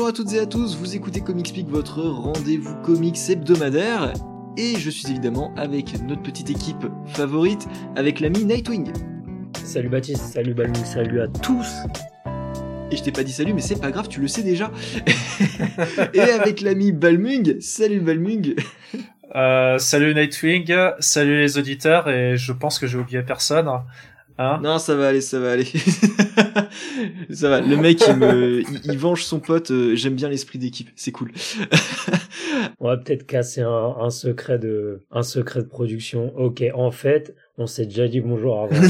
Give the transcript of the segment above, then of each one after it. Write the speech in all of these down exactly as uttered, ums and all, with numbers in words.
à toutes et à tous, vous écoutez Comicspeak, votre rendez-vous comics hebdomadaire. Et je suis évidemment avec notre petite équipe favorite, avec l'ami Nightwing. Salut Baptiste, salut Balmou, salut à tous. Et je t'ai pas dit salut, mais c'est pas grave, tu le sais déjà. Et avec l'ami Balmung, salut Balmung. Euh, salut Nightwing, salut les auditeurs, et je pense que j'ai oublié personne. Hein non, ça va aller, ça va aller. Ça va, le mec, il me, il, il venge son pote, euh, j'aime bien l'esprit d'équipe, c'est cool. On va peut-être casser un, un secret de, un secret de production. Ok, en fait, on s'est déjà dit bonjour avant.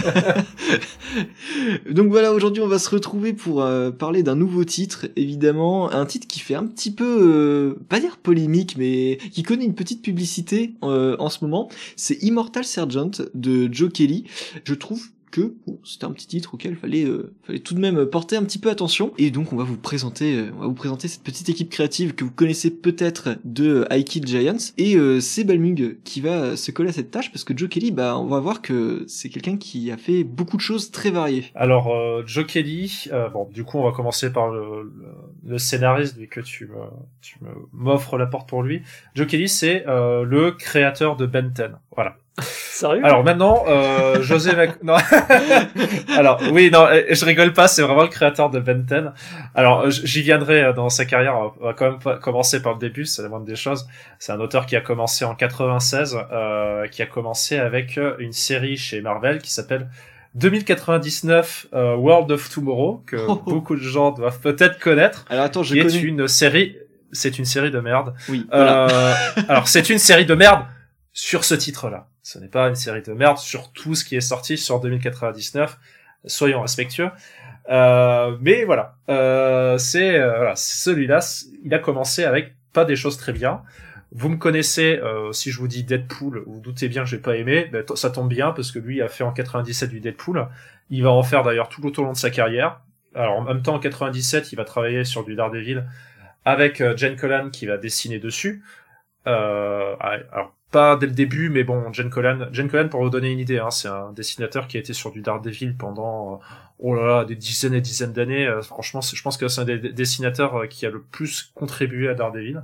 Donc voilà, aujourd'hui on va se retrouver pour euh, parler d'un nouveau titre, évidemment, un titre qui fait un petit peu, euh, pas dire polémique, mais qui connaît une petite publicité euh, en ce moment. C'est Immortal Sergeant de Joe Kelly. Je trouve que bon, c'était un petit titre auquel fallait euh, fallait tout de même porter un petit peu attention, et donc on va vous présenter euh, on va vous présenter cette petite équipe créative que vous connaissez peut-être de I Kill Giants, et euh, c'est Balmung qui va se coller à cette tâche parce que Joe Kelly, bah on va voir que c'est quelqu'un qui a fait beaucoup de choses très variées. Alors euh, Joe Kelly, euh, bon du coup on va commencer par le, le, le scénariste vu que tu me tu me m'offres la porte pour lui. Joe Kelly c'est euh, le créateur de Ben dix. Voilà. Sérieux ? Alors maintenant, euh, José Mac... non. Alors oui, non, je rigole pas, c'est vraiment le créateur de Ben dix. Alors j'y viendrai dans sa carrière, on va quand même commencer par le début, c'est la moindre des choses. C'est un auteur qui a commencé en quatre-vingt-seize, euh, qui a commencé avec une série chez Marvel qui s'appelle deux mille quatre-vingt-dix-neuf euh, World of Tomorrow, que oh, oh. beaucoup de gens doivent peut-être connaître. Alors attends, je qui connais. est une série, c'est une série de merde. Oui. Voilà. Euh, alors c'est une série de merde sur ce titre-là. Ce n'est pas une série de merde sur tout ce qui est sorti sur deux mille quatre-vingt-dix-neuf. Soyons respectueux. Euh, mais voilà. Euh, c'est, euh, voilà. Celui-là, il a commencé avec pas des choses très bien. Vous me connaissez, euh, si je vous dis Deadpool, vous, vous doutez bien que j'ai pas aimé. Ben, ça tombe bien parce que lui a fait en quatre-vingt-dix-sept du Deadpool. Il va en faire d'ailleurs tout au long de sa carrière. Alors, en même temps, en quatre-vingt-dix-sept, il va travailler sur du Daredevil avec euh, Jen Colan qui va dessiner dessus. Euh, alors, pas dès le début, mais bon, Jen Colan, Jen Colan, pour vous donner une idée, hein, c'est un dessinateur qui a été sur du Daredevil pendant, oh là là, des dizaines et dizaines d'années. Euh, franchement, je pense que c'est un des dessinateurs qui a le plus contribué à Daredevil.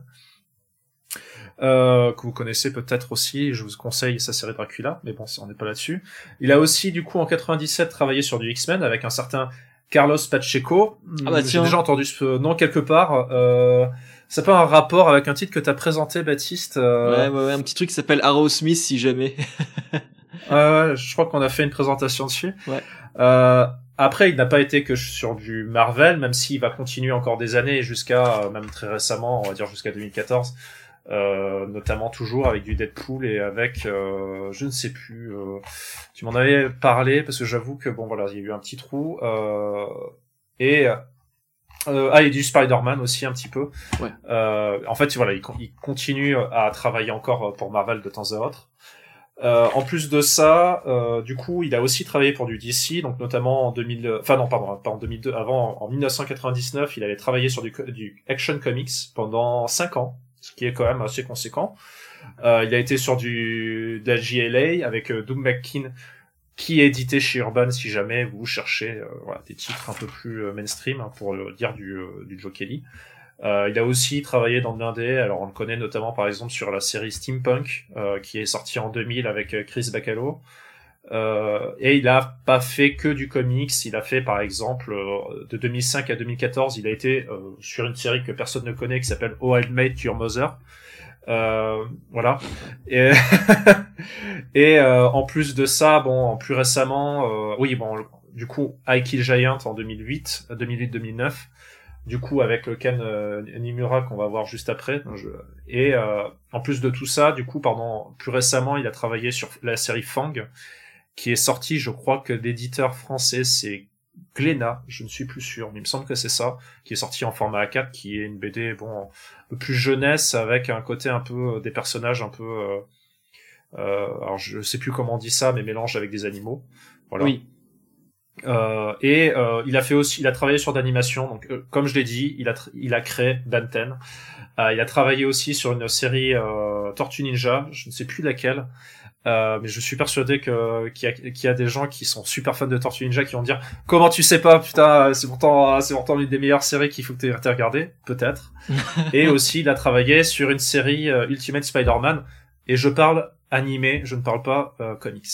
Euh, que vous connaissez peut-être aussi, je vous conseille sa série Dracula, mais bon, on n'est pas là-dessus. Il a aussi, du coup, en quatre-vingt-dix-sept, travaillé sur du X-Men avec un certain Carlos Pacheco. Ah bah J'ai déjà entendu ce nom quelque part. Euh, ça peut avoir un rapport avec un titre que t'as présenté, Baptiste. Euh... Ouais, ouais, ouais, un petit truc qui s'appelle Arrow Smith, si jamais. euh, je crois qu'on a fait une présentation dessus. Ouais. Euh, après, il n'a pas été que sur du Marvel, même s'il va continuer encore des années jusqu'à, même très récemment, on va dire jusqu'à deux mille quatorze. Euh, notamment toujours avec du Deadpool et avec euh, je ne sais plus euh, tu m'en avais parlé parce que j'avoue que bon voilà il y a eu un petit trou euh, et euh, ah et du Spider-Man aussi un petit peu ouais. euh, en fait voilà il, il continue à travailler encore pour Marvel de temps à autre. Euh, en plus de ça, euh, du coup, il a aussi travaillé pour du D C, donc notamment en deux mille, enfin non, pardon, pas en deux mille deux, avant, en dix-neuf cent quatre-vingt-dix-neuf, il avait travaillé sur du, du Action Comics pendant cinq ans, ce qui est quand même assez conséquent. Euh, il a été sur du, de la J L A avec euh, Doug McKean, qui est édité chez Urban si jamais vous cherchez, euh, voilà, des titres un peu plus euh, mainstream, hein, pour euh, dire du, euh, du Joe Kelly. Euh, il a aussi travaillé dans de l'indé, alors on le connaît notamment par exemple sur la série Steampunk, euh, qui est sortie en deux mille avec Chris Bacalo. Euh, et il a pas fait que du comics, il a fait par exemple, euh, de deux mille cinq à deux mille quatorze, il a été euh, sur une série que personne ne connaît qui s'appelle Oh I Made Your Mother. Euh, voilà. Et, et euh, en plus de ça, bon, plus récemment, euh, oui, bon, du coup, I Kill Giant en deux mille huit, deux mille huit deux mille neuf. Du coup, avec le Ken euh, Nimura qu'on va voir juste après. Je... Et euh, en plus de tout ça, du coup, pardon, plus récemment, il a travaillé sur la série Fang, qui est sortie, je crois que l'éditeur français, c'est Glénat, je ne suis plus sûr, mais il me semble que c'est ça, qui est sorti en format A quatre, qui est une B D, bon, un peu plus jeunesse, avec un côté un peu, des personnages un peu, euh, euh, alors je sais plus comment on dit ça, mais mélange avec des animaux. Voilà. Oui. Euh, et euh, il a fait aussi, il a travaillé sur d'animation. Donc, euh, comme je l'ai dit, il a tr- il a créé Danten. Euh, il a travaillé aussi sur une série euh, Tortue Ninja. Je ne sais plus laquelle. Euh, mais je suis persuadé que qu'il y a, qu'il y a des gens qui sont super fans de Tortue Ninja qui vont dire comment tu sais pas, putain, c'est pourtant c'est pourtant une des meilleures séries qu'il faut que t'aies regardé, peut-être. Et aussi il a travaillé sur une série euh, Ultimate Spider-Man, et je parle animé, je ne parle pas euh, comics.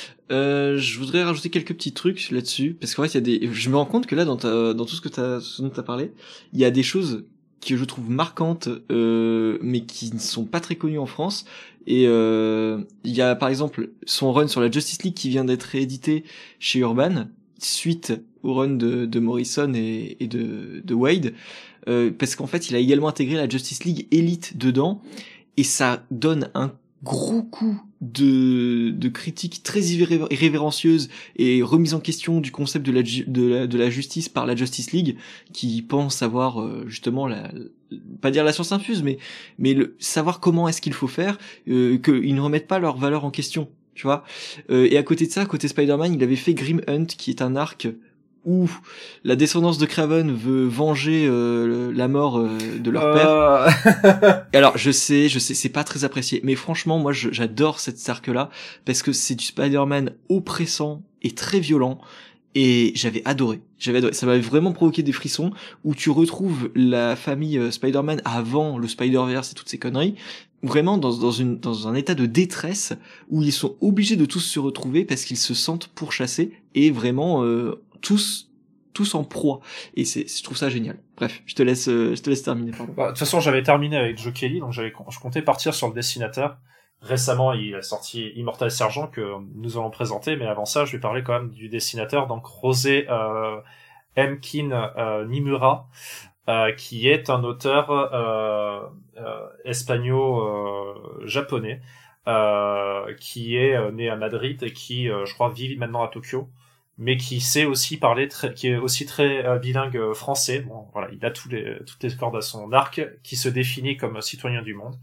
Euh, je voudrais rajouter quelques petits trucs là-dessus, parce qu'en fait, il y a des, je me rends compte que là, dans ta, dans tout ce que t'as, ce dont t'as parlé, il y a des choses que je trouve marquantes, euh, mais qui ne sont pas très connues en France. Et euh, il y a par exemple son run sur la Justice League qui vient d'être réédité chez Urban, suite au run de, de Morrison et, et de, de Wade, euh, parce qu'en fait, il a également intégré la Justice League Elite dedans, et ça donne un gros coup de, de critiques très irré- irrévérencieuses et remise en question du concept de la, de la, de la justice par la Justice League, qui pense avoir euh, justement la, pas dire la science infuse, mais, mais le, savoir comment est-ce qu'il faut faire, euh, qu'ils ne remettent pas leur valeur en question, tu vois. Euh, et à côté de ça, côté Spider-Man, il avait fait Grim Hunt, qui est un arc où la descendance de Kraven veut venger euh, la mort euh, de leur Euh... père. Et alors, je sais, je sais, c'est pas très apprécié, mais franchement, moi, je, j'adore cette arc-là, parce que c'est du Spider-Man oppressant et très violent, et j'avais adoré. J'avais adoré. Ça m'avait vraiment provoqué des frissons, où tu retrouves la famille euh, Spider-Man avant le Spider-Verse et toutes ces conneries, vraiment dans, dans, une, dans un état de détresse, où ils sont obligés de tous se retrouver, parce qu'ils se sentent pourchassés, et vraiment... Euh, tous tous en proie, et c'est je trouve ça génial. Bref, je te laisse euh, je te laisse terminer, pardon. Bah, de toute façon, j'avais terminé avec Joe Kelly, donc j'avais je comptais partir sur le dessinateur. Récemment, il a sorti Immortal Sergent que nous allons présenter, mais avant ça, je vais parler quand même du dessinateur, donc José euh, Mkin euh, Nimura, euh, qui est un auteur euh, euh, espagnol-japonais, euh, qui est euh, né à Madrid et qui, euh, je crois, vit maintenant à Tokyo, mais qui sait aussi parler, très, qui est aussi très euh, bilingue euh, français. Bon, voilà, il a tous les, toutes les cordes à son arc, qui se définit comme citoyen du monde.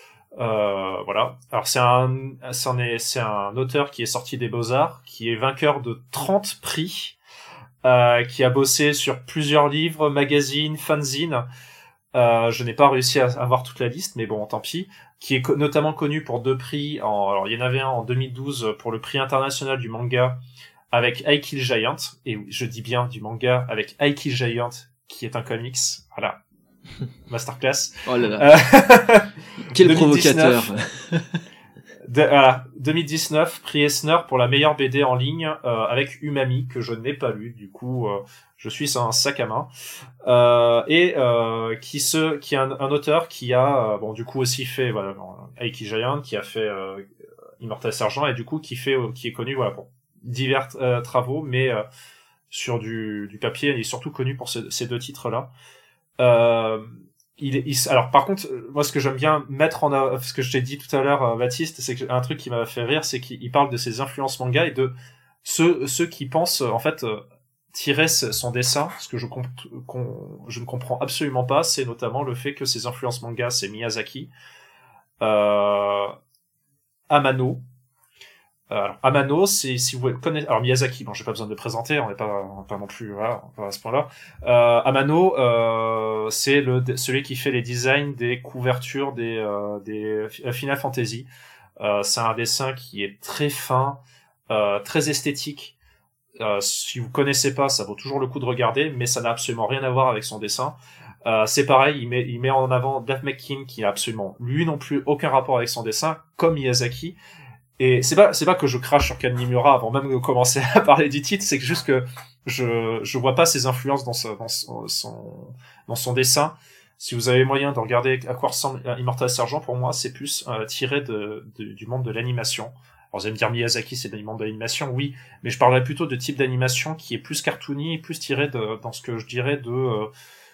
Euh, voilà. Alors c'est un, c'est un, c'est un auteur qui est sorti des Beaux-Arts, qui est vainqueur de trente prix, euh, qui a bossé sur plusieurs livres, magazines, fanzines. Euh, je n'ai pas réussi à avoir toute la liste, mais bon, tant pis. Qui est co- notamment connu pour deux prix. En, alors il y en avait un en deux mille douze pour le prix international du manga, avec I Kill Giant, et je dis bien du manga avec I Kill Giant, qui est un comics, voilà, masterclass. Oh là là. Euh... Quel provocateur. de, voilà, deux mille dix-neuf, prix Eisner pour la meilleure B D en ligne, euh, avec Umami, que je n'ai pas lu, du coup, euh, je suis un sac à main. Euh, et euh, qui se, qui est un, un auteur qui a, euh, bon, du coup aussi fait, voilà, I Kill Giant, qui a fait euh, Immortal Sergent, et du coup qui fait, qui est connu, voilà, bon, divers euh, travaux, mais euh, sur du, du papier, il est surtout connu pour ce, ces deux titres-là. Euh, il, il, alors par contre, moi ce que j'aime bien mettre en avant, ce que je t'ai dit tout à l'heure, euh, Baptiste, c'est que un truc qui m'a fait rire, c'est qu'il parle de ses influences manga et de ceux, ceux qui pensent en fait euh, tirer son dessin. Ce que je, comp- je ne comprends absolument pas, c'est notamment le fait que ses influences manga, c'est Miyazaki, euh, Amano. Alors, Amano, c'est, si vous connaissez, alors Miyazaki, bon, j'ai pas besoin de le présenter, on n'est pas, on est pas non plus, voilà, à ce point-là. Euh, Amano, euh, c'est le, celui qui fait les designs des couvertures des, euh, des Final Fantasy. Euh, c'est un dessin qui est très fin, euh, très esthétique. Euh, si vous connaissez pas, ça vaut toujours le coup de regarder, mais ça n'a absolument rien à voir avec son dessin. Euh, c'est pareil, il met, il met en avant Dave McKean, qui a absolument, lui non plus, aucun rapport avec son dessin, comme Miyazaki. Et c'est pas, c'est pas que je crache sur Ken Nimura avant même de commencer à parler du titre, c'est que juste que je, je vois pas ses influences dans, ce, dans son, son, dans son dessin. Si vous avez moyen de regarder à quoi ressemble Immortal Sergent, pour moi, c'est plus euh, tiré de, de, du monde de l'animation. Alors vous allez me dire Miyazaki, c'est du monde de l'animation, oui, mais je parlerais plutôt de type d'animation qui est plus cartoony, plus tiré de, dans ce que je dirais de, euh,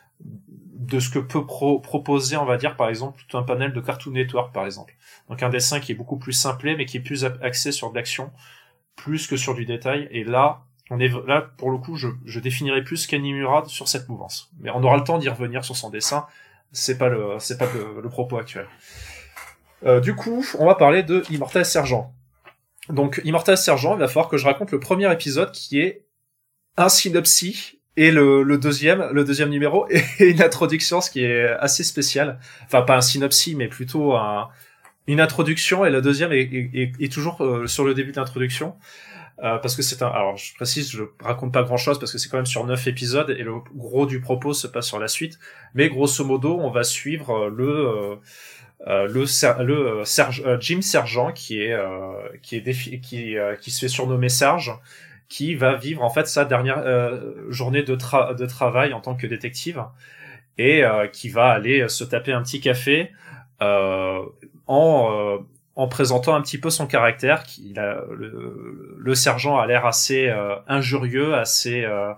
de ce que peut pro- proposer, on va dire, par exemple, tout un panel de Cartoon Network, par exemple. Donc un dessin qui est beaucoup plus simplé, mais qui est plus axé sur de l'action, plus que sur du détail. Et là, on est là pour le coup, je, je définirais plus Ken Nimura sur cette mouvance. Mais on aura le temps d'y revenir sur son dessin. C'est pas le, c'est pas le, le propos actuel. Euh, du coup, on va parler de Immortal Sergent. Donc Immortal Sergent, il va falloir que je raconte le premier épisode qui est un synopsis et le, le deuxième, le deuxième numéro et une introduction, ce qui est assez spécial. Enfin, pas un synopsis, mais plutôt un, une introduction, et le deuxième est, est, est, est toujours euh, sur le début de l'introduction. Euh, parce que c'est un, alors je précise, je raconte pas grand chose parce que c'est quand même sur neuf épisodes et le gros du propos se passe sur la suite. Mais grosso modo, on va suivre le, euh, euh, le, le, Serge, euh, Jim Sergent qui est, euh, qui est défi, qui, euh, qui se fait surnommer Serge, qui va vivre en fait sa dernière euh, journée de, tra- de travail en tant que détective et euh, qui va aller se taper un petit café euh, en euh, en présentant un petit peu son caractère. Qu'il a, le, le sergent a l'air assez euh, injurieux, assez euh,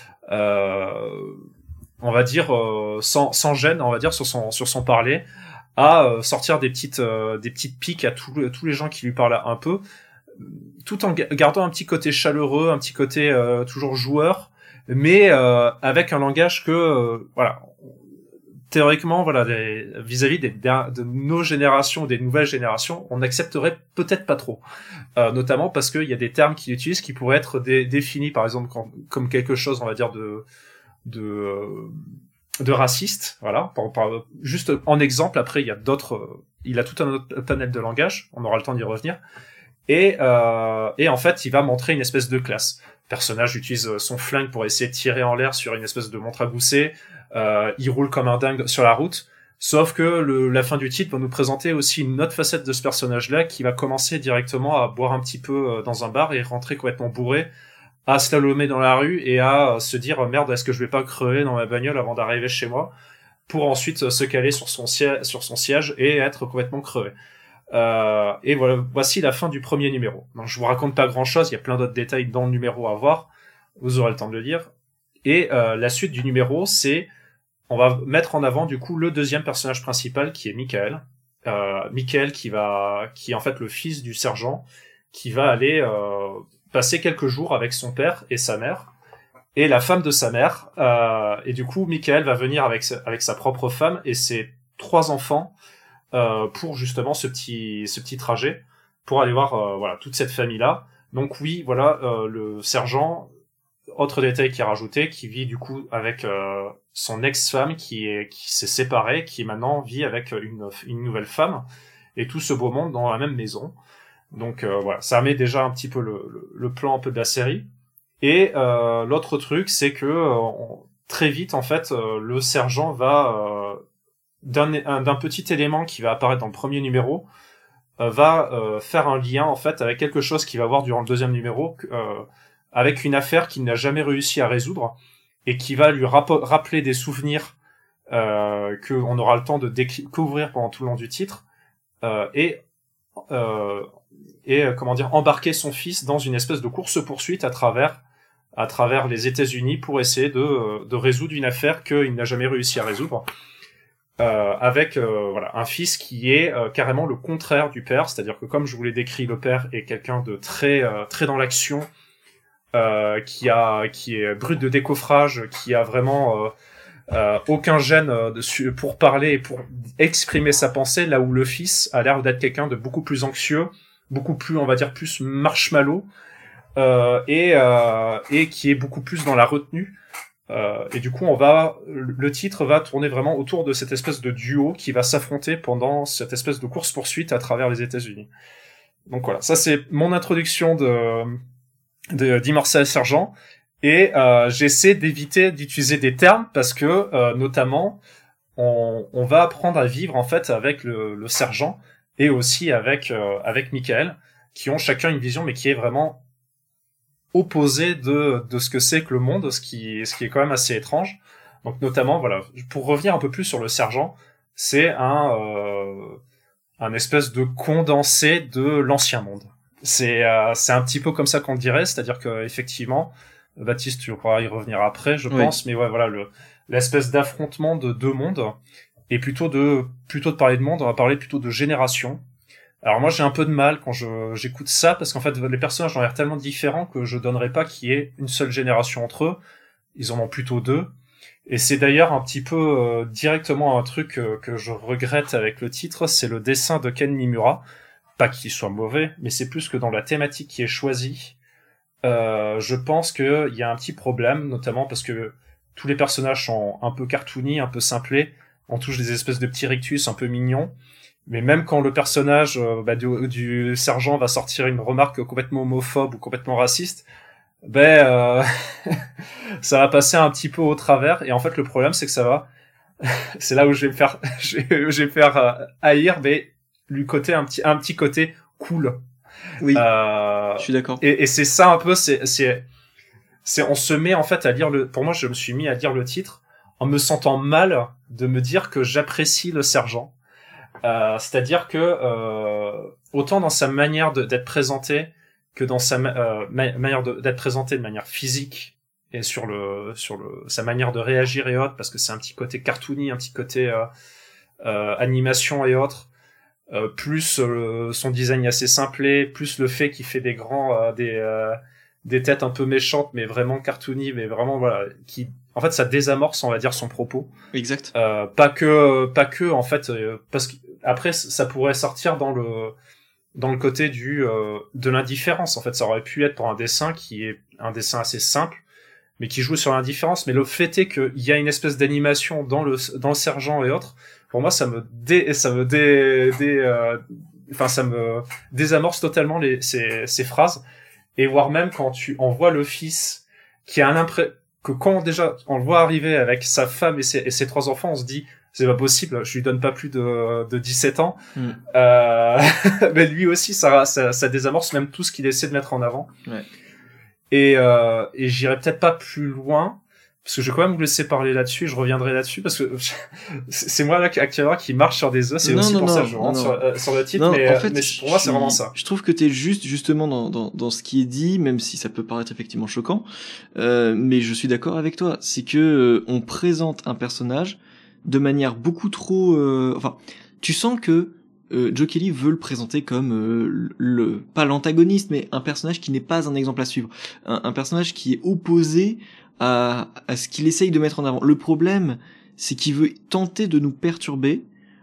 euh, on va dire euh, sans sans gêne, on va dire sur son sur son parler, à euh, sortir des petites euh, des petites piques à tous tous les gens qui lui parlent un peu, tout en gardant un petit côté chaleureux, un petit côté euh, toujours joueur, mais euh, avec un langage que euh, voilà, théoriquement, voilà, des, vis-à-vis des, de nos générations, des nouvelles générations, on n'accepterait peut-être pas trop, euh, notamment parce qu'il y a des termes qu'il utilise qui pourraient être dé, définis, par exemple, quand, comme quelque chose, on va dire, de de de raciste, voilà. Par, par, juste en exemple, après, il y a d'autres, il a tout un autre panel de langage, on aura le temps d'y revenir. Et, euh, et en fait, il va montrer une espèce de classe. Le personnage utilise son flingue pour essayer de tirer en l'air sur une espèce de montre à gousset. Euh, il roule comme un dingue sur la route. Sauf que le, la fin du titre va nous présenter aussi une autre facette de ce personnage-là qui va commencer directement à boire un petit peu dans un bar et rentrer complètement bourré, à slalomer dans la rue et à se dire « Merde, est-ce que je vais pas crever dans ma bagnole avant d'arriver chez moi ?» pour ensuite se caler sur son siège, sur son siège et être complètement crevé. Euh, et voilà, voici la fin du premier numéro. Donc je vous raconte pas grand chose, il y a plein d'autres détails dans le numéro à voir, vous aurez le temps de le lire. Et euh, la suite du numéro, c'est, on va mettre en avant du coup le deuxième personnage principal qui est Michael. Euh, Michael qui va, qui est en fait le fils du sergent, qui va aller euh, passer quelques jours avec son père et sa mère, et la femme de sa mère. Euh, et du coup, Michael va venir avec sa, avec sa propre femme et ses trois enfants. Euh, pour justement ce petit ce petit trajet pour aller voir euh, voilà toute cette famille là. Donc oui, voilà euh, le sergent, autre détail qui est rajouté, qui vit du coup avec euh, son ex-femme qui est qui s'est séparée, qui maintenant vit avec une une nouvelle femme, et tout ce beau monde dans la même maison. Donc euh, voilà, ça met déjà un petit peu le le, le plan un peu de la série. Et euh, l'autre truc, c'est que euh, on, très vite en fait euh, le sergent va euh, d'un d'un petit élément qui va apparaître dans le premier numéro euh, va euh, faire un lien en fait avec quelque chose qu'il va voir durant le deuxième numéro, euh, avec une affaire qu'il n'a jamais réussi à résoudre et qui va lui rap- rappeler des souvenirs euh, que on aura le temps de découvrir pendant tout le long du titre, euh, et euh, et euh, comment dire, embarquer son fils dans une espèce de course-poursuite à travers à travers les États-Unis pour essayer de de résoudre une affaire qu'il n'a jamais réussi à résoudre. Euh, avec euh, voilà un fils qui est euh, carrément le contraire du père, c'est-à-dire que comme je vous l'ai décrit, le père est quelqu'un de très euh, très dans l'action, euh, qui a qui est brut de décoffrage, qui a vraiment euh, euh, aucun gêne euh, de, pour parler et pour exprimer sa pensée, là où le fils a l'air d'être quelqu'un de beaucoup plus anxieux, beaucoup plus, on va dire, plus marshmallow, euh, et euh, et qui est beaucoup plus dans la retenue. Euh, et du coup, on va, le titre va tourner vraiment autour de cette espèce de duo qui va s'affronter pendant cette espèce de course-poursuite à travers les États-Unis. Donc voilà, ça c'est mon introduction de, de d'Immortal Sergent. Et euh, j'essaie d'éviter d'utiliser des termes parce que, euh, notamment, on, on va apprendre à vivre en fait avec le, le sergent et aussi avec euh, avec Michael, qui ont chacun une vision, mais qui est vraiment opposé de de ce que c'est que le monde, ce qui ce qui est quand même assez étrange. Donc notamment, voilà, pour revenir un peu plus sur le sergent, c'est un euh, un espèce de condensé de l'ancien monde. C'est euh, c'est un petit peu comme ça qu'on le dirait, c'est-à-dire que effectivement, Baptiste, tu pourras y revenir après, je pense, oui. Mais ouais, voilà, le l'espèce d'affrontement de deux mondes, et plutôt de plutôt de parler de monde, on va parler plutôt de génération. Alors moi j'ai un peu de mal quand je j'écoute ça parce qu'en fait les personnages ont l'air tellement différents que je donnerais pas qu'il y ait une seule génération entre eux. Ils en ont plutôt deux. Et c'est d'ailleurs un petit peu euh, directement un truc euh, que je regrette avec le titre, c'est le dessin de Ken Nimura. Pas qu'il soit mauvais, mais c'est plus que dans la thématique qui est choisie. euh, je pense qu'il y a un petit problème, notamment parce que tous les personnages sont un peu cartoony, un peu simplés, on touche des espèces de petits rictus un peu mignons, mais même quand le personnage euh, bah, du, du sergent va sortir une remarque complètement homophobe ou complètement raciste, ben euh, ça va passer un petit peu au travers, et en fait le problème c'est que ça va, c'est là où je vais me faire, je vais, je vais me faire euh, haïr, mais lui côté un petit, un petit côté cool. Oui, euh, je suis d'accord. Et, et c'est ça un peu, c'est, c'est, c'est, on se met en fait à lire le. Pour moi, je me suis mis à lire le titre en me sentant mal de me dire que j'apprécie le sergent. Euh, c'est-à-dire que euh, autant dans sa manière de, d'être présenté que dans sa euh, ma- manière de, d'être présenté de manière physique et sur le sur le sa manière de réagir et autres, parce que c'est un petit côté cartoony, un petit côté euh, euh, animation et autres. Euh, plus euh, son design assez simplé, plus le fait qu'il fait des grands, euh, des euh, des têtes un peu méchantes, mais vraiment cartoony, mais vraiment voilà, qui en fait ça désamorce, on va dire, son propos. Exact. Euh, pas que, pas que en fait, euh, parce que après ça pourrait sortir dans le dans le côté du euh, de l'indifférence. En fait, ça aurait pu être pour un dessin qui est un dessin assez simple, mais qui joue sur l'indifférence. Mais le fait est qu'il y a une espèce d'animation dans le dans le sergent et autres. Pour moi, ça me dé, ça me dé, dé euh, enfin, ça me désamorce totalement les, ces, ces phrases. Et voire même quand tu envoies le fils, qui a l'impression que quand déjà on le voit arriver avec sa femme et ses, et ses trois enfants, on se dit, c'est pas possible, je lui donne pas plus de, de dix-sept ans. Mm. Euh, mais lui aussi, ça, ça, ça désamorce même tout ce qu'il essaie de mettre en avant. Ouais. Et, euh, et j'irai peut-être pas plus loin, parce que je vais quand même vous laisser parler là-dessus, je reviendrai là-dessus, parce que c'est moi là actuellement qui marche sur des œufs, c'est non, aussi non, pour non, ça que je rentre sur, euh, sur le titre, non, mais, en fait, mais pour moi c'est vraiment ça. Je trouve que t'es juste justement dans, dans, dans ce qui est dit, même si ça peut paraître effectivement choquant, euh, mais je suis d'accord avec toi, c'est que euh, on présente un personnage de manière beaucoup trop... Euh, enfin, tu sens que euh, Joe Kelly veut le présenter comme euh, le pas l'antagoniste, mais un personnage qui n'est pas un exemple à suivre, un, un personnage qui est opposé à, à ce qu'il essaye de mettre en avant. Le problème, c'est qu'il veut tenter de nous perturber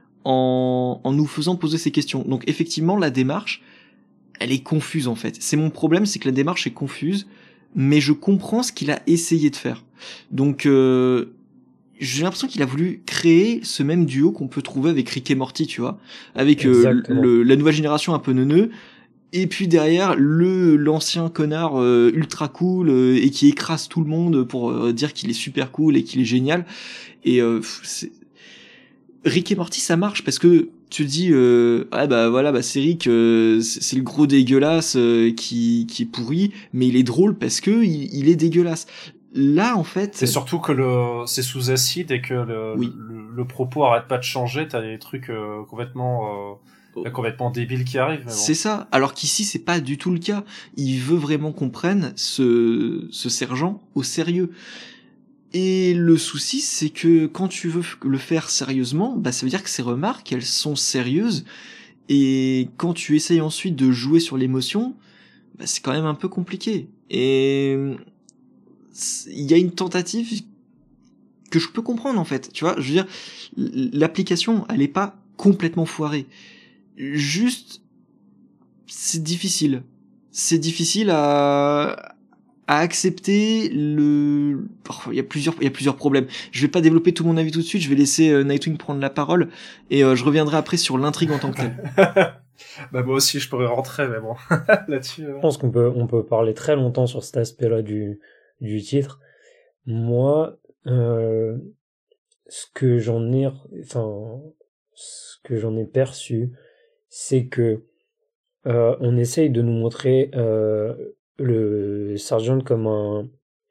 en, en nous faisant poser ces questions. Donc effectivement, la démarche, elle est confuse en fait. C'est mon problème, c'est que la démarche est confuse, mais je comprends ce qu'il a essayé de faire. Donc euh, j'ai l'impression qu'il a voulu créer ce même duo qu'on peut trouver avec Rick et Morty, tu vois, avec euh, le, la nouvelle génération un peu neuneux, et puis derrière le l'ancien connard euh, ultra cool euh, et qui écrase tout le monde pour euh, dire qu'il est super cool et qu'il est génial. Et euh, c'est... Rick et Morty, ça marche parce que tu te dis euh, ah bah voilà, bah c'est Rick, euh, c'est le gros dégueulasse euh, qui qui est pourri, mais il est drôle parce que il, il est dégueulasse. Là en fait, c'est surtout que le c'est sous acide et que le oui. le, le propos arrête pas de changer. T'as des trucs euh, complètement euh... complètement débile qui arrive. Bon. C'est ça. Alors qu'ici, c'est pas du tout le cas. Il veut vraiment qu'on prenne ce, ce sergent au sérieux. Et le souci, c'est que quand tu veux le faire sérieusement, bah, ça veut dire que ces remarques, elles sont sérieuses. Et quand tu essayes ensuite de jouer sur l'émotion, bah, c'est quand même un peu compliqué. Et il y a une tentative que je peux comprendre, en fait. Tu vois, je veux dire, l'application, elle est pas complètement foirée. Juste, c'est difficile. C'est difficile à, à accepter le, il oh, y a plusieurs, il y a plusieurs problèmes. Je vais pas développer tout mon avis tout de suite, je vais laisser euh, Nightwing prendre la parole et euh, je reviendrai après sur l'intrigue en tant que telle. Bah, moi aussi, je pourrais rentrer, mais bon, là-dessus. Euh... Je pense qu'on peut, on peut parler très longtemps sur cet aspect-là du, du titre. Moi, euh, ce que j'en ai, enfin, ce que j'en ai perçu, c'est que euh, on essaye de nous montrer euh, le sergent comme un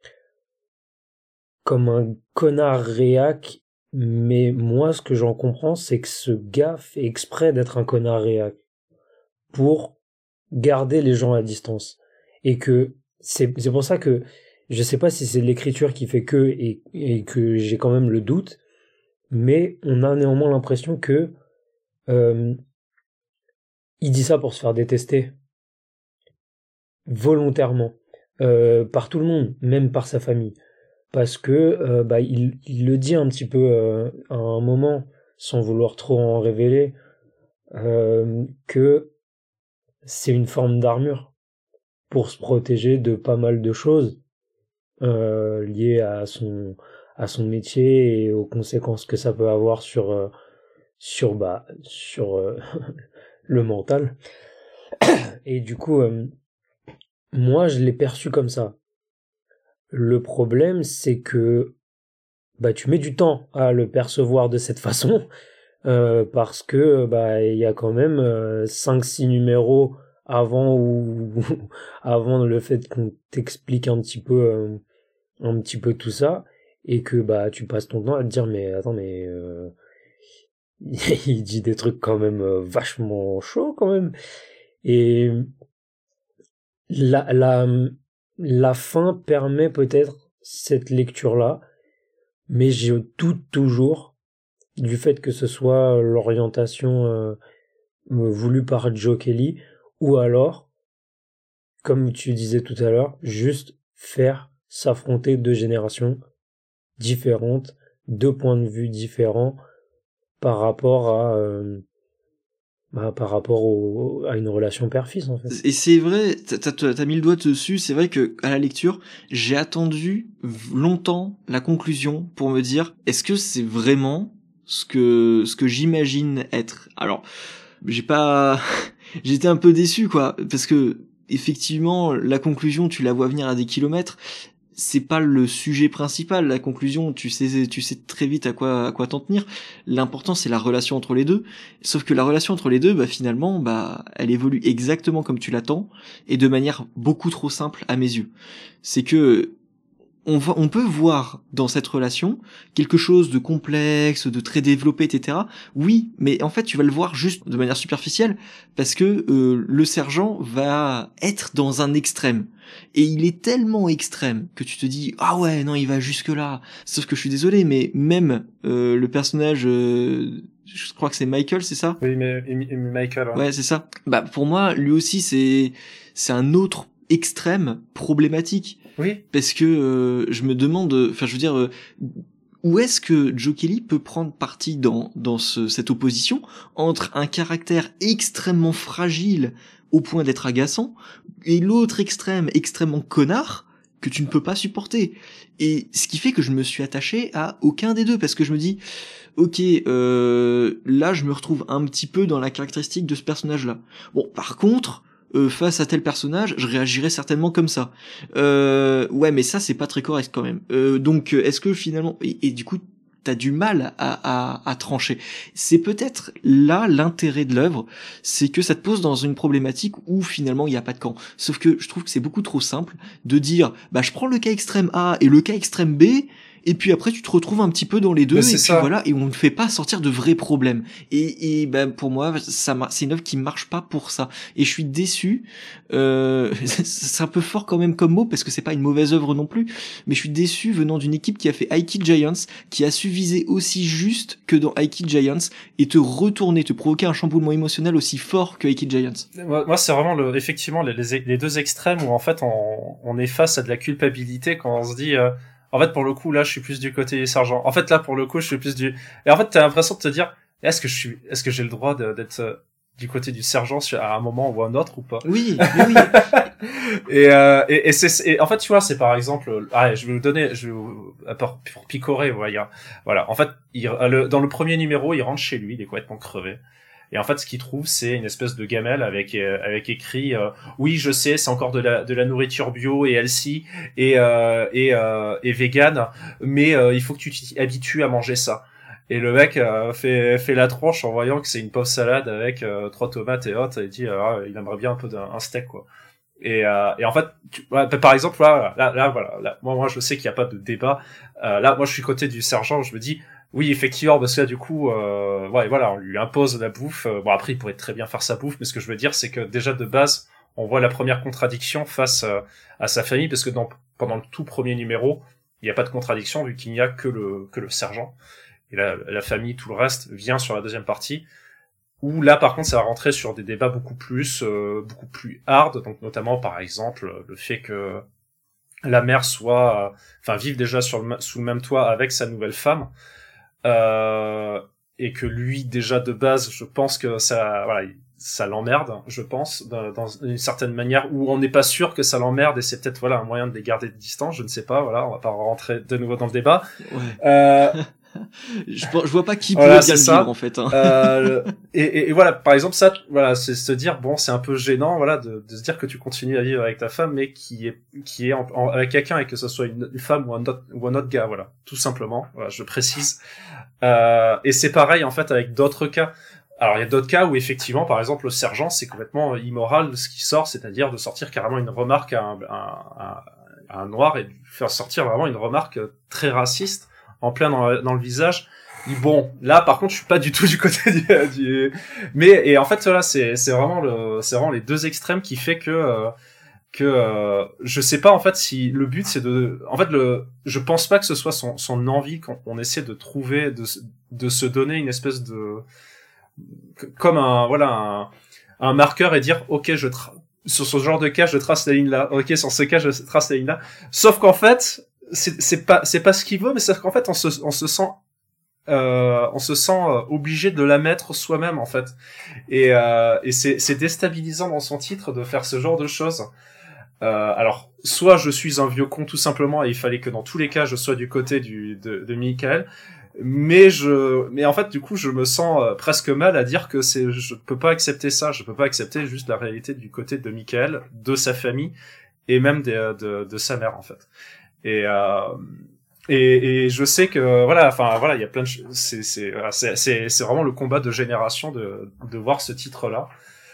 comme un connard réac, mais moi ce que j'en comprends c'est que ce gars fait exprès d'être un connard réac pour garder les gens à distance, et que c'est c'est pour ça que je sais pas si c'est l'écriture qui fait que et, et que j'ai quand même le doute, mais on a néanmoins l'impression que euh, il dit ça pour se faire détester volontairement euh, par tout le monde, même par sa famille, parce que euh, bah il, il le dit un petit peu euh, à un moment sans vouloir trop en révéler euh, que c'est une forme d'armure, pour se protéger de pas mal de choses euh, liées à son à son métier et aux conséquences que ça peut avoir sur euh, sur bah sur euh, le mental. Et du coup, euh, moi, je l'ai perçu comme ça. Le problème, c'est que bah tu mets du temps à le percevoir de cette façon euh, parce que bah il y a quand même euh, cinq six numéros avant ou avant le fait qu'on t'explique un petit peu euh, un petit peu tout ça et que bah tu passes ton temps à te dire mais attends mais euh, il dit des trucs quand même euh, vachement chauds quand même et la la la fin permet peut-être cette lecture là mais je doute toujours du fait que ce soit l'orientation euh, voulue par Joe Kelly ou alors comme tu disais tout à l'heure juste faire s'affronter deux générations différentes, deux points de vue différents par rapport à euh, bah, par rapport au, à une relation père-fils en fait. Et c'est vrai, t'as, t'as, t'as mis le doigt dessus, c'est vrai que à la lecture, j'ai attendu longtemps la conclusion pour me dire est-ce que c'est vraiment ce que ce que j'imagine être. Alors, j'ai pas j'étais un peu déçu quoi parce que effectivement, la conclusion, tu la vois venir à des kilomètres. C'est pas le sujet principal, la conclusion, tu sais, tu sais très vite à quoi, à quoi t'en tenir. L'important, c'est la relation entre les deux. Sauf que la relation entre les deux, bah, finalement, bah, elle évolue exactement comme tu l'attends, et de manière beaucoup trop simple à mes yeux. C'est que, on va, on peut voir dans cette relation quelque chose de complexe, de très développé, et cetera. Oui, mais en fait, tu vas le voir juste de manière superficielle parce que euh, le sergent va être dans un extrême. Et il est tellement extrême que tu te dis ah ouais non il va jusque là. Sauf que je suis désolé, mais même euh, le personnage, euh, je crois que c'est Michael, c'est ça? Oui, mais, mais Michael. Ouais, ouais c'est ça. Bah pour moi, lui aussi c'est c'est un autre extrême problématique. Oui. Parce que euh, je me demande, enfin je veux dire, euh, où est-ce que Joe Kelly peut prendre parti dans dans ce, cette opposition entre un caractère extrêmement fragile au point d'être agaçant et l'autre extrême extrêmement connard que tu ne peux pas supporter. Et ce qui fait que je me suis attaché à aucun des deux parce que je me dis ok, euh, là je me retrouve un petit peu dans la caractéristique de ce personnage-là. Bon, par contre, euh, face à tel personnage, je réagirais certainement comme ça. Euh, ouais, mais ça c'est pas très correct quand même. Euh, donc, est-ce que finalement, et, et du coup, t'as du mal à, à, à trancher. C'est peut-être là l'intérêt de l'œuvre, c'est que ça te pose dans une problématique où finalement il n'y a pas de camp. Sauf que je trouve que c'est beaucoup trop simple de dire, bah je prends le cas extrême A et le cas extrême B. Et puis après, tu te retrouves un petit peu dans les deux, et puis ça. voilà, et on ne fait pas sortir de vrais problèmes. Et, et ben pour moi, ça, c'est une œuvre qui marche pas pour ça. Et je suis déçu. Euh, c'est un peu fort quand même comme mot parce que c'est pas une mauvaise œuvre non plus. Mais je suis déçu venant d'une équipe qui a fait High Key Giants, qui a su viser aussi juste que dans High Key Giants et te retourner, te provoquer un chamboulement émotionnel aussi fort que High Key Giants. Moi, c'est vraiment le, effectivement les, les, les deux extrêmes où en fait on, on est face à de la culpabilité quand on se dit. Euh... En fait, pour le coup, là, je suis plus du côté du sergent. En fait, là, pour le coup, je suis plus du... Et en fait, t'as l'impression de te dire, est-ce que je suis, est-ce que j'ai le droit de, d'être euh, du côté du sergent à un moment ou à un autre ou pas? Oui, oui, oui. et, euh, et, et c'est, et en fait, tu vois, c'est par exemple, ah, je vais vous donner, je vais vous, pour, pour picorer, vous voyez. Voilà. En fait, il, le, dans le premier numéro, il rentre chez lui, il est complètement crevé. Et en fait, ce qu'il trouve, c'est une espèce de gamelle avec euh, avec écrit euh, oui, je sais, c'est encore de la de la nourriture bio et healthy et euh, et euh, et vegan, mais euh, il faut que tu t'y habitues à manger ça. Et le mec euh, fait fait la tronche en voyant que c'est une pauvre salade avec euh, trois tomates et autres, et il dit ah, il aimerait bien un peu d'un un steak quoi. Et, euh, et en fait, tu, ouais, par exemple, là, là, là, voilà, là, moi, moi, je sais qu'il n'y a pas de débat. Euh, là, moi, je suis côté du sergent. Je me dis, oui, effectivement, parce que là, du coup, euh, ouais, voilà, on lui impose la bouffe. Bon, après, il pourrait très bien faire sa bouffe, mais ce que je veux dire, c'est que déjà de base, on voit la première contradiction face euh, à sa famille, parce que dans, pendant le tout premier numéro, il n'y a pas de contradiction vu qu'il n'y a que le que le sergent et la, la famille, tout le reste vient sur la deuxième partie. Où là, par contre, ça va rentrer sur des débats beaucoup plus, euh, beaucoup plus hard, donc notamment, par exemple, le fait que la mère soit, euh, enfin, vive déjà sur le, sous le même toit avec sa nouvelle femme, euh, et que lui, déjà de base, je pense que ça, voilà, ça l'emmerde, je pense, dans, dans une certaine manière, où on n'est pas sûr que ça l'emmerde, et c'est peut-être voilà un moyen de les garder de distance, je ne sais pas, voilà, on va pas rentrer de nouveau dans le débat. Ouais. Euh, je, je vois pas qui voilà, pourrait bien le ça. vivre en fait. Hein. Euh, et, et, et voilà, par exemple ça, voilà, c'est se dire bon, c'est un peu gênant, voilà, de, de se dire que tu continues à vivre avec ta femme, mais qui est qui est en, en, avec quelqu'un et que ce soit une, une femme ou un autre ou un autre gars, voilà, tout simplement. Voilà, je précise. Euh, et c'est pareil en fait avec d'autres cas. Alors il y a d'autres cas où effectivement, par exemple, le sergent, c'est complètement immoral ce qui sort, c'est-à-dire de sortir carrément une remarque à un, à, à un noir et de faire sortir vraiment une remarque très raciste en plein dans, dans le visage. Bon, là par contre, je suis pas du tout du côté du, du... mais et en fait là, c'est c'est vraiment le c'est vraiment les deux extrêmes qui fait que euh, que euh, je sais pas en fait si le but c'est de en fait le je pense pas que ce soit son son envie qu'on on essaie de trouver de de se donner une espèce de comme un voilà un, un marqueur et dire ok je tra... sur ce genre de cas je trace la ligne là, ok sur ce cas je trace la ligne là, sauf qu'en fait c'est c'est pas c'est pas ce qu'il veut, mais c'est qu'en fait on se on se sent euh, on se sent obligé de la mettre soi-même en fait, et euh, et c'est c'est déstabilisant dans son titre de faire ce genre de choses. Euh, alors soit je suis un vieux con tout simplement et il fallait que dans tous les cas je sois du côté du de, de Michael, mais je mais en fait du coup je me sens euh, presque mal à dire que c'est je peux pas accepter ça, je peux pas accepter juste la réalité du côté de Michael, de sa famille et même de de, de sa mère en fait. Et euh, et, et je sais que voilà, enfin voilà, il y a plein de ch- c'est c'est voilà, c'est c'est c'est vraiment le combat de génération de de voir ce titre là.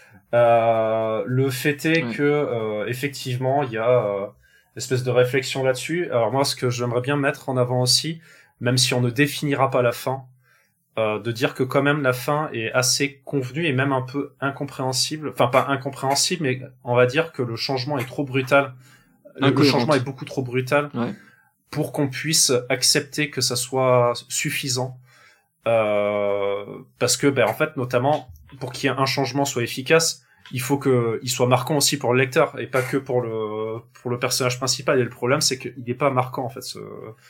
Euh, le fait est Ouais. que euh, effectivement il y a euh, une espèce de réflexion là-dessus. Alors moi ce que j'aimerais bien mettre en avant aussi, même si on ne définira pas la fin, euh, de dire que quand même la fin est assez convenue et même un peu incompréhensible, enfin pas incompréhensible, mais on va dire que le changement est trop brutal. Le, le changement est beaucoup trop brutal ouais. pour qu'on puisse accepter que ça soit suffisant. Euh, parce que, ben, en fait, notamment, pour qu'il y ait un changement soit efficace, il faut que il soit marquant aussi pour le lecteur et pas que pour le pour le personnage principal. Et le problème, c'est qu'il n'est pas marquant en fait ce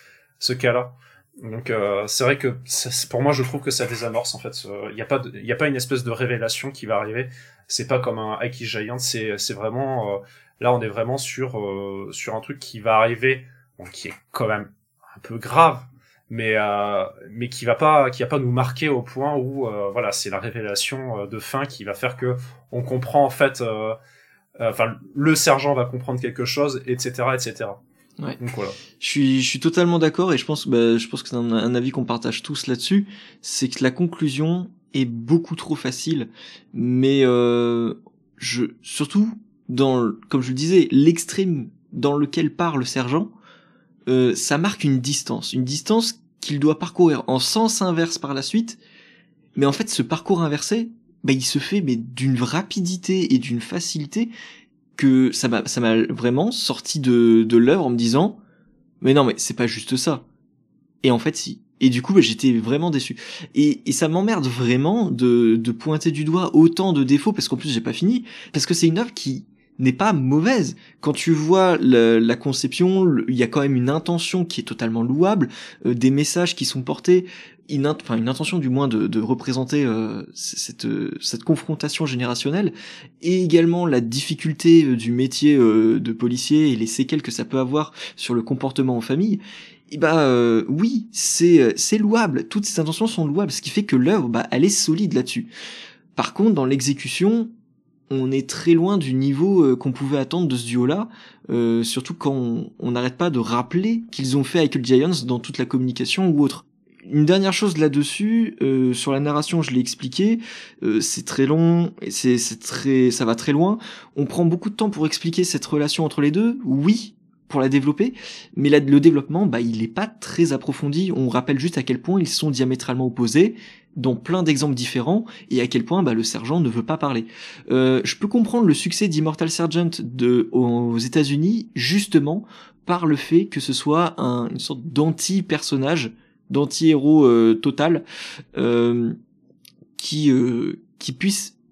ce cas-là. Donc euh, c'est vrai que c'est, pour moi, je trouve que ça désamorce en fait. Il y a pas de, il y a pas une espèce de révélation qui va arriver. C'est pas comme un Aki Giant. C'est c'est vraiment euh, là, on est vraiment sur euh, sur un truc qui va arriver, bon, qui est quand même un peu grave, mais euh, mais qui va pas qui va pas nous marquer au point où euh, voilà, c'est la révélation de fin qui va faire que on comprend en fait euh, euh, enfin le sergent va comprendre quelque chose, etc., etc. Ouais. Donc voilà. Je suis je suis totalement d'accord, et je pense bah je pense que c'est un, un avis qu'on partage tous là-dessus, c'est que la conclusion est beaucoup trop facile, mais euh, je surtout dans, comme je le disais, l'extrême dans lequel part le sergent, euh, ça marque une distance, une distance qu'il doit parcourir en sens inverse par la suite. Mais en fait, ce parcours inversé, bah, il se fait mais d'une rapidité et d'une facilité que ça m'a, ça m'a vraiment sorti de, de l'œuvre en me disant, mais non, mais c'est pas juste ça. Et en fait, si. Et du coup, bah, j'étais vraiment déçu. Et, et ça m'emmerde vraiment de, de pointer du doigt autant de défauts, parce qu'en plus, j'ai pas fini. Parce que c'est une œuvre qui n'est pas mauvaise. Quand tu vois la, la conception, il y a quand même une intention qui est totalement louable, euh, des messages qui sont portés, une, int- enfin une intention du moins de, de représenter euh, cette, cette confrontation générationnelle, et également la difficulté euh, du métier euh, de policier et les séquelles que ça peut avoir sur le comportement en famille. Et bah euh, oui, c'est c'est louable, toutes ces intentions sont louables, ce qui fait que l'œuvre, bah elle est solide là-dessus. Par contre, dans l'exécution, on est très loin du niveau euh, qu'on pouvait attendre de ce duo-là, euh, surtout quand on n'arrête pas de rappeler qu'ils ont fait avec le Giants dans toute la communication ou autre. Une dernière chose là-dessus, euh, sur la narration, je l'ai expliqué, euh, c'est très long, et c'est, c'est très, ça va très loin. On prend beaucoup de temps pour expliquer cette relation entre les deux, oui, pour la développer, mais la, le développement, bah, il est pas très approfondi. On rappelle juste à quel point ils sont diamétralement opposés, dans plein d'exemples différents, et à quel point bah, le sergent ne veut pas parler. Euh, je peux comprendre le succès d'Immortal Sergeant de, aux États-Unis justement par le fait que ce soit un, une sorte d'anti-personnage, d'anti-héros euh, total, euh, qui euh, qui puisse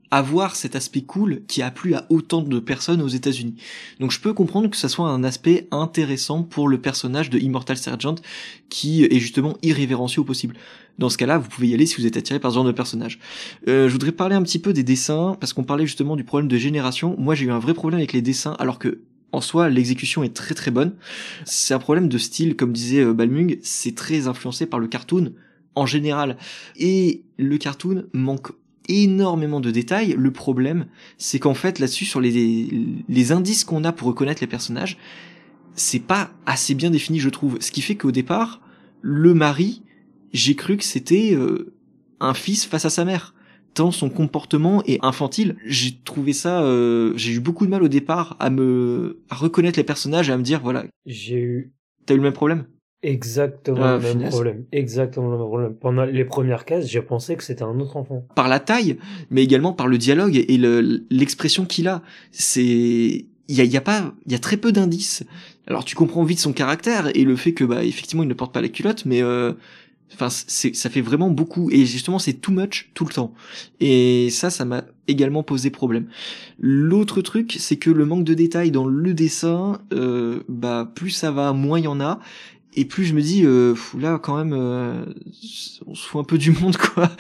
avoir cet aspect cool qui a plu à autant de personnes aux États-Unis. Donc je peux comprendre que ça soit un aspect intéressant pour le personnage de Immortal Sergeant qui est justement irrévérencieux au possible. Dans ce cas-là, vous pouvez y aller si vous êtes attiré par ce genre de personnage. Euh, je voudrais parler un petit peu des dessins, parce qu'on parlait justement du problème de génération. Moi, j'ai eu un vrai problème avec les dessins, alors que en soi, l'exécution est très très bonne. C'est un problème de style, comme disait euh, Balmung, c'est très influencé par le cartoon en général. Et le cartoon manque énormément de détails. Le problème, c'est qu'en fait, là-dessus, sur les, les indices qu'on a pour reconnaître les personnages, c'est pas assez bien défini, je trouve. Ce qui fait qu'au départ, le mari, j'ai cru que c'était euh, un fils face à sa mère. Tant son comportement est infantile. J'ai trouvé ça, euh, j'ai eu beaucoup de mal au départ à me, à reconnaître les personnages et à me dire, voilà. J'ai eu... T'as eu le même problème? Exactement Ah, le même finesse. problème. Exactement le même problème. Pendant les premières cases, j'ai pensé que c'était un autre enfant. Par la taille, mais également par le dialogue et le, l'expression qu'il a. C'est, il y a, il y a pas, il y a très peu d'indices. Alors tu comprends vite son caractère et le fait que, bah, effectivement, il ne porte pas la culotte, mais euh, enfin, c'est, ça fait vraiment beaucoup. Et justement, c'est too much tout le temps. Et ça, ça m'a également posé problème. L'autre truc, c'est que le manque de détails dans le dessin, euh, bah, plus ça va, moins il y en a. Et plus je me dis, euh, là quand même, euh, on se fout un peu du monde, quoi.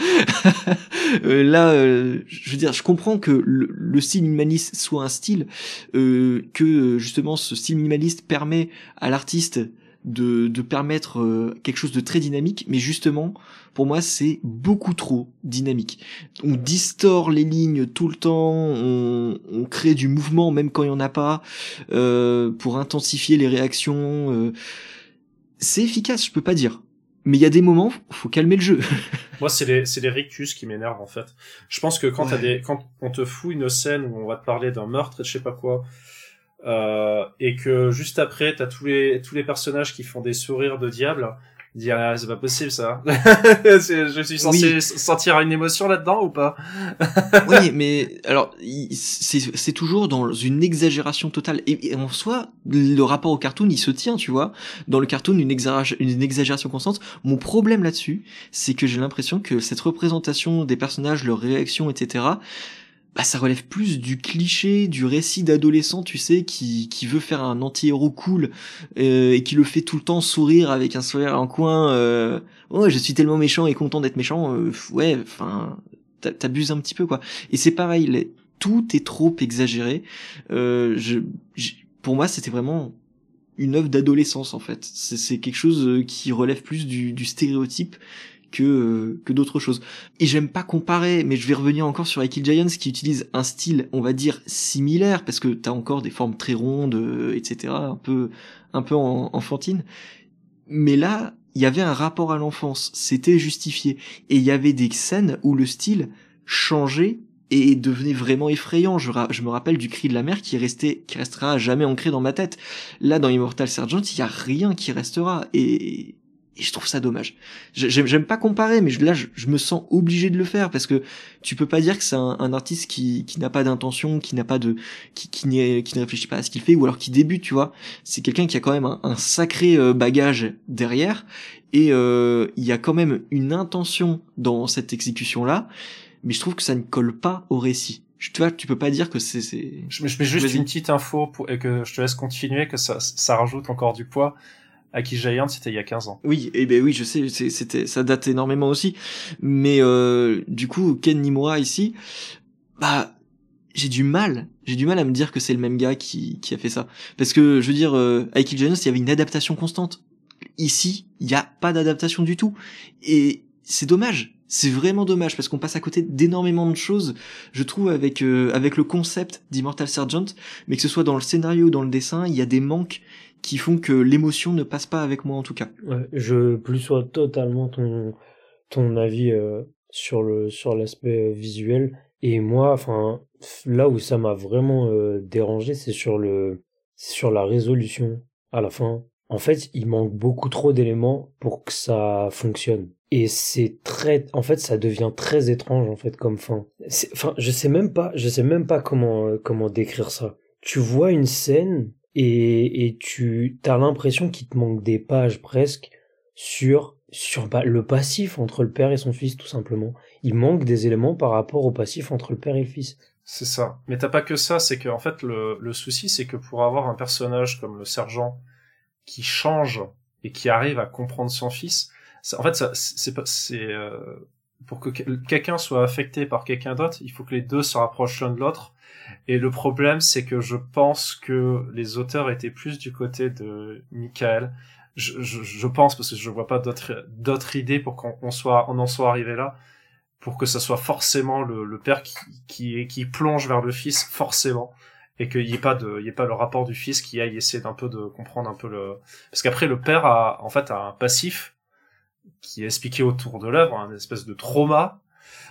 euh, là, euh, je veux dire, je comprends que le, le style minimaliste soit un style, euh, que justement ce style minimaliste permet à l'artiste de, de permettre euh, quelque chose de très dynamique, mais justement, pour moi, c'est beaucoup trop dynamique. On distord les lignes tout le temps, on, on crée du mouvement même quand il y en a pas, euh, pour intensifier les réactions. Euh, C'est efficace, je peux pas dire. Mais il y a des moments, faut calmer le jeu. Moi, c'est les, c'est les rictus qui m'énervent, en fait. Je pense que quand Ouais. t'as des, quand on te fout une scène où on va te parler d'un meurtre et je sais pas quoi, euh, et que juste après, t'as tous les, tous les personnages qui font des sourires de diable, dire, ah, c'est pas possible, ça. c'est, je suis censé Oui. sentir une émotion là-dedans ou pas? Oui, mais alors il- c'est c'est toujours dans une exagération totale. Et, et en soi, le rapport au cartoon, il se tient, tu vois. Dans le cartoon, une, exagération, une exagération constante. Mon problème là-dessus, c'est que j'ai l'impression que cette représentation des personnages, leurs réactions, et cetera, bah ça relève plus du cliché, du récit d'adolescent, tu sais, qui qui veut faire un anti-héros cool euh, et qui le fait tout le temps sourire avec un sourire en coin. Euh, oh, je suis tellement méchant et content d'être méchant. Euh, ouais, enfin, t'abuses un petit peu, quoi. Et c'est pareil, les, tout est trop exagéré. Euh, je, je, pour moi, c'était vraiment une œuvre d'adolescence, en fait. C'est, c'est quelque chose qui relève plus du, du stéréotype que euh, que d'autres choses. Et j'aime pas comparer, mais je vais revenir encore sur I Kill Giants qui utilise un style, on va dire, similaire, parce que t'as encore des formes très rondes, euh, et cetera, un peu un peu en, enfantine. Mais là, il y avait un rapport à l'enfance, c'était justifié. Et il y avait des scènes où le style changeait et devenait vraiment effrayant. Je, ra- je me rappelle du Cri de la mer qui est resté, qui restera jamais ancré dans ma tête. Là, dans Immortal Sergeant, il y a rien qui restera. Et, et je trouve ça dommage. J'aime, j'aime pas comparer, mais je, là, je, je me sens obligé de le faire parce que tu peux pas dire que c'est un, un artiste qui, qui n'a pas d'intention, qui n'a pas de, qui, qui, n'est, qui ne réfléchit pas à ce qu'il fait, ou alors qui débute, tu vois. C'est quelqu'un qui a quand même un, un sacré euh, bagage derrière, et euh, il y a quand même une intention dans cette exécution-là, mais je trouve que ça ne colle pas au récit. Tu vois, tu peux pas dire que c'est, c'est... Je, je mets juste Vas-y. une petite info pour, et que je te laisse continuer, que ça, ça rajoute encore du poids. Aki Giant, c'était il y a quinze ans. Oui, et eh ben oui, je sais, c'est, c'était, ça date énormément aussi. Mais euh, du coup, Ken Nimura ici, bah, j'ai du mal, j'ai du mal à me dire que c'est le même gars qui, qui a fait ça. Parce que, je veux dire, euh, I Kill Giants, il y avait une adaptation constante. Ici, il y a pas d'adaptation du tout. Et c'est dommage. C'est vraiment dommage parce qu'on passe à côté d'énormément de choses, je trouve, avec euh, avec le concept d'Immortal Sergeant, mais que ce soit dans le scénario ou dans le dessin, il y a des manques qui font que l'émotion ne passe pas avec moi en tout cas. Ouais, je plus sois totalement ton ton avis euh, sur le sur l'aspect visuel. Et moi, enfin, là où ça m'a vraiment euh, dérangé, c'est sur le c'est sur la résolution à la fin. En fait, il manque beaucoup trop d'éléments pour que ça fonctionne. Et c'est très, en fait, ça devient très étrange en fait comme fin. C'est, enfin, je sais même pas, je sais même pas comment euh, comment décrire ça. Tu vois une scène et et tu t'as l'impression qu'il te manque des pages presque sur sur bah, le passif entre le père et son fils tout simplement. il manque des éléments par rapport au passif entre le père et le fils. C'est ça. Mais t'as pas que ça, c'est que en fait le, le souci, c'est que pour avoir un personnage comme le sergent qui change et qui arrive à comprendre son fils, ça, en fait, ça, c'est pas, c'est euh, pour que quelqu'un soit affecté par quelqu'un d'autre, il faut que les deux se rapprochent l'un de l'autre. Et le problème, c'est que je pense que les auteurs étaient plus du côté de Michael. Je, je, je pense, parce que je vois pas d'autres d'autres idées pour qu'on on soit, on en soit arrivé là, pour que ça soit forcément le, le père qui, qui, qui plonge vers le fils, forcément. Et qu'il y ait pas de, il y ait pas le rapport du fils qui aille essayer d'un peu de comprendre un peu le, parce qu'après le père a, en fait, a un passif qui est expliqué autour de l'œuvre, une espèce de trauma.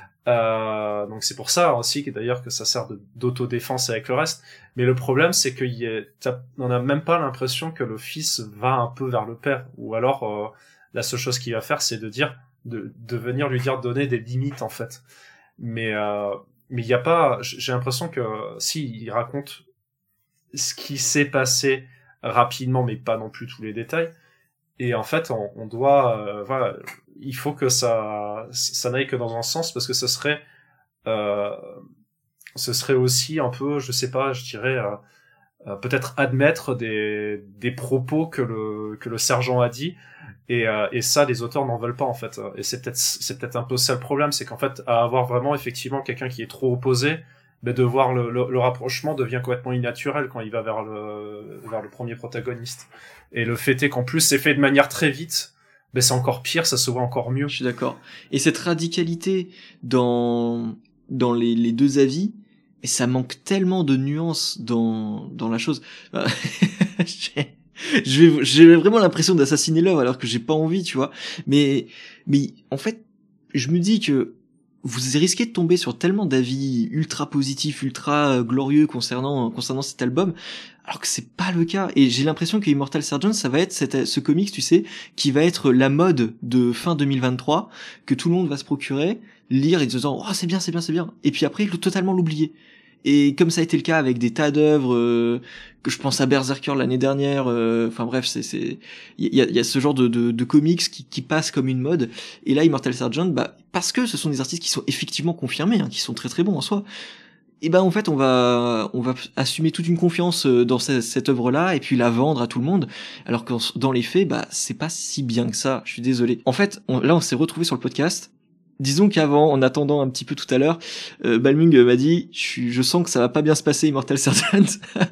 Euh, donc c'est pour ça aussi que d'ailleurs que ça sert de, d'autodéfense avec le reste. Mais le problème, c'est qu'il y a, on n'a même pas l'impression que le fils va un peu vers le père. Ou alors, euh, la seule chose qu'il va faire, c'est de dire, de, de venir lui dire, donner des limites, en fait. Mais, euh, mais il y a pas, j'ai l'impression que si il raconte ce qui s'est passé rapidement, mais pas non plus tous les détails. Et en fait, on, on doit, euh, voilà, il faut que ça, ça n'aille que dans un sens, parce que ce serait, euh, ce serait aussi un peu, je sais pas, je dirais, euh, euh, peut-être admettre des, des propos que le, que le sergent a dit, et, euh, et ça, les auteurs n'en veulent pas, en fait. Et c'est peut-être, c'est peut-être un peu ça le problème, c'est qu'en fait, à avoir vraiment, effectivement, quelqu'un qui est trop opposé, ben de voir le, le, le rapprochement devient complètement innaturel quand il va vers le, vers le premier protagoniste. Et le fait est qu'en plus, c'est fait de manière très vite, ben c'est encore pire, ça se voit encore mieux. Je suis d'accord. Et cette radicalité dans, dans les, les deux avis, et ça manque tellement de nuances dans, dans la chose. j'ai, j'ai, j'ai vraiment l'impression d'assassiner l'œuvre alors que j'ai pas envie, tu vois. Mais, mais, en fait, je me dis que vous risquez de tomber sur tellement d'avis ultra positifs, ultra euh, glorieux concernant concernant cet album, alors que c'est pas le cas. Et j'ai l'impression que Immortal Sergeant, ça va être cette, ce comics, tu sais, qui va être la mode de fin deux mille vingt-trois, que tout le monde va se procurer, lire et se disant oh c'est bien, c'est bien, c'est bien, et puis après totalement l'oublier. Et comme ça a été le cas avec des tas d'œuvres, euh, que je pense à Berserker l'année dernière, euh, enfin bref, c'est c'est il y a, y a ce genre de, de, de comics qui, qui passe comme une mode. Et là, Immortal Sergeant, bah parce que ce sont des artistes qui sont effectivement confirmés, hein, qui sont très très bons en soi. Et ben en fait, on va on va assumer toute une confiance dans cette, cette œuvre-là et puis la vendre à tout le monde. Alors que dans les faits, bah c'est pas si bien que ça. Je suis désolé. En fait, on, là, on s'est retrouvé sur le podcast. Disons qu'avant, en attendant un petit peu tout à l'heure, euh, Balmung m'a dit, je, suis, je sens que ça va pas bien se passer, Immortal Sergeant.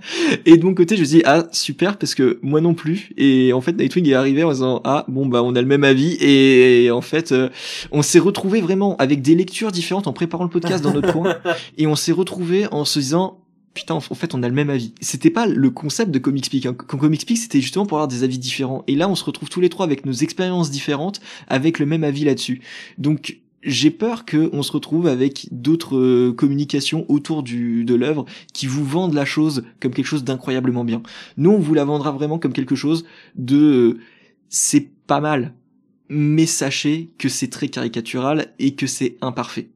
Et de mon côté, je me dis, ah, super, parce que moi non plus. Et en fait, Nightwing est arrivé en disant, ah, bon, bah, on a le même avis. Et, et en fait, euh, on s'est retrouvé vraiment avec des lectures différentes en préparant le podcast dans notre coin. Et on s'est retrouvé en se disant, putain, en fait, on a le même avis. C'était pas le concept de Comic Speak. Hein. Quand Comic Speak, c'était justement pour avoir des avis différents. Et là, on se retrouve tous les trois avec nos expériences différentes, avec le même avis là-dessus. Donc, j'ai peur que on se retrouve avec d'autres euh, communications autour du de l'œuvre qui vous vendent la chose comme quelque chose d'incroyablement bien. Nous, on vous la vendra vraiment comme quelque chose de euh, c'est pas mal, mais sachez que c'est très caricatural et que c'est imparfait.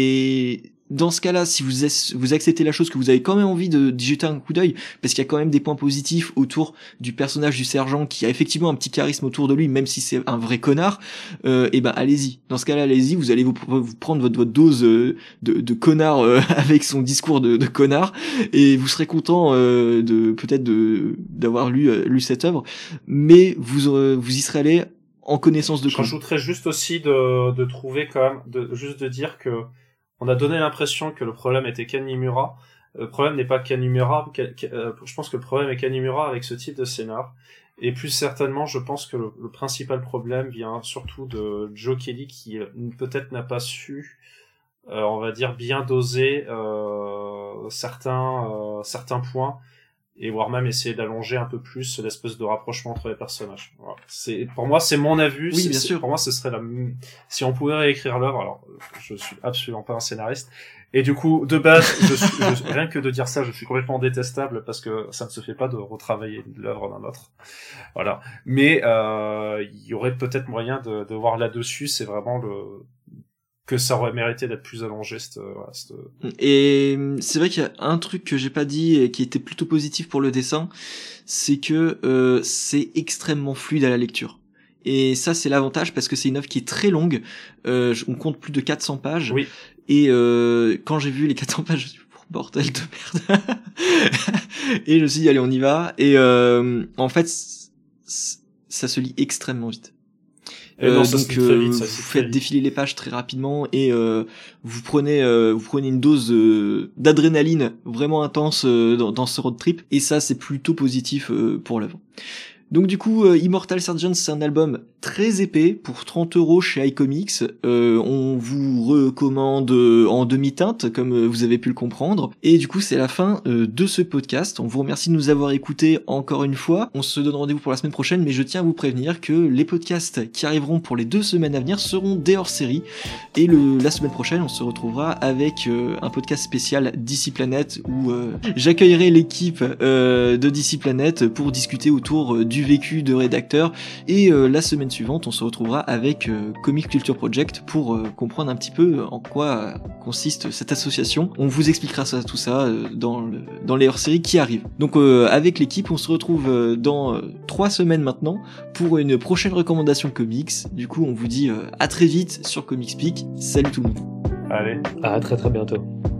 Et dans ce cas-là, si vous vous acceptez la chose, que vous avez quand même envie de, de jeter un coup d'œil, parce qu'il y a quand même des points positifs autour du personnage du sergent qui a effectivement un petit charisme autour de lui, même si c'est un vrai connard, euh, et ben allez-y. Dans ce cas-là, allez-y, vous allez vous, vous prendre votre, votre dose euh, de, de connard euh, avec son discours de, de connard, et vous serez content euh, de peut-être de d'avoir lu euh, lu cette œuvre, mais vous euh, vous y serez allé en connaissance de cause. Je rajouterais juste aussi de, de trouver quand même, de, juste de dire que on a donné l'impression que le problème était Kanimura. Le problème n'est pas Kanimura. Je pense que le problème est Kanimura avec ce type de scénar. Et plus certainement, je pense que le, le principal problème vient surtout de Joe Kelly qui peut-être n'a pas su, euh, on va dire, bien doser euh, certains euh, certains points, et voire même essayer d'allonger un peu plus l'espèce de rapprochement entre les personnages. Voilà. C'est, pour moi, c'est mon avis. Oui, bien sûr. Pour moi, ce serait la, si on pouvait réécrire l'œuvre, alors, je suis absolument pas un scénariste. Et du coup, de base, je suis, je, rien que de dire ça, je suis complètement détestable parce que ça ne se fait pas de retravailler l'œuvre d'un autre. Voilà. Mais, euh, il y aurait peut-être moyen de, de voir là-dessus, c'est vraiment le, que ça aurait mérité d'être plus allongé, cette, voilà, cette... Et c'est vrai qu'il y a un truc que j'ai pas dit et qui était plutôt positif pour le dessin, c'est que euh, c'est extrêmement fluide à la lecture. Et ça, c'est l'avantage parce que c'est une œuvre qui est très longue. Euh, on compte plus de quatre cents pages. Oui. Et euh, quand j'ai vu les quatre cents pages, je me suis dit, bordel de merde. Et je me suis dit, allez, on y va. Et euh, en fait, c- c- ça se lit extrêmement vite. Et non, Euh, ça se donc lit très euh, vite, vous ça se lit très faites vite. défiler les pages très rapidement et euh, vous prenez euh, vous prenez une dose euh, d'adrénaline vraiment intense euh, dans, dans ce road trip, et ça c'est plutôt positif euh, pour l'œuvre. Donc du coup, euh, Immortal Sergeant, c'est un album très épais pour trente euros chez iComics. Euh, on vous recommande euh, en demi-teinte, comme euh, vous avez pu le comprendre. Et du coup, c'est la fin euh, de ce podcast. On vous remercie de nous avoir écoutés encore une fois. On se donne rendez-vous pour la semaine prochaine, mais je tiens à vous prévenir que les podcasts qui arriveront pour les deux semaines à venir seront des hors-série. Et le, la semaine prochaine, on se retrouvera avec euh, un podcast spécial D C Planet où euh, j'accueillerai l'équipe euh, de D C Planet pour discuter autour euh, du vécu de rédacteur. Et euh, la semaine suivante, on se retrouvera avec euh, Comic Culture Project pour euh, comprendre un petit peu en quoi euh, consiste cette association. On vous expliquera ça, tout ça euh, dans, le, dans les hors-séries qui arrivent. Donc euh, avec l'équipe, on se retrouve euh, dans euh, trois semaines maintenant pour une prochaine recommandation comics. Du coup, on vous dit euh, à très vite sur Comic Speak. Salut tout le monde. Allez. À très très bientôt.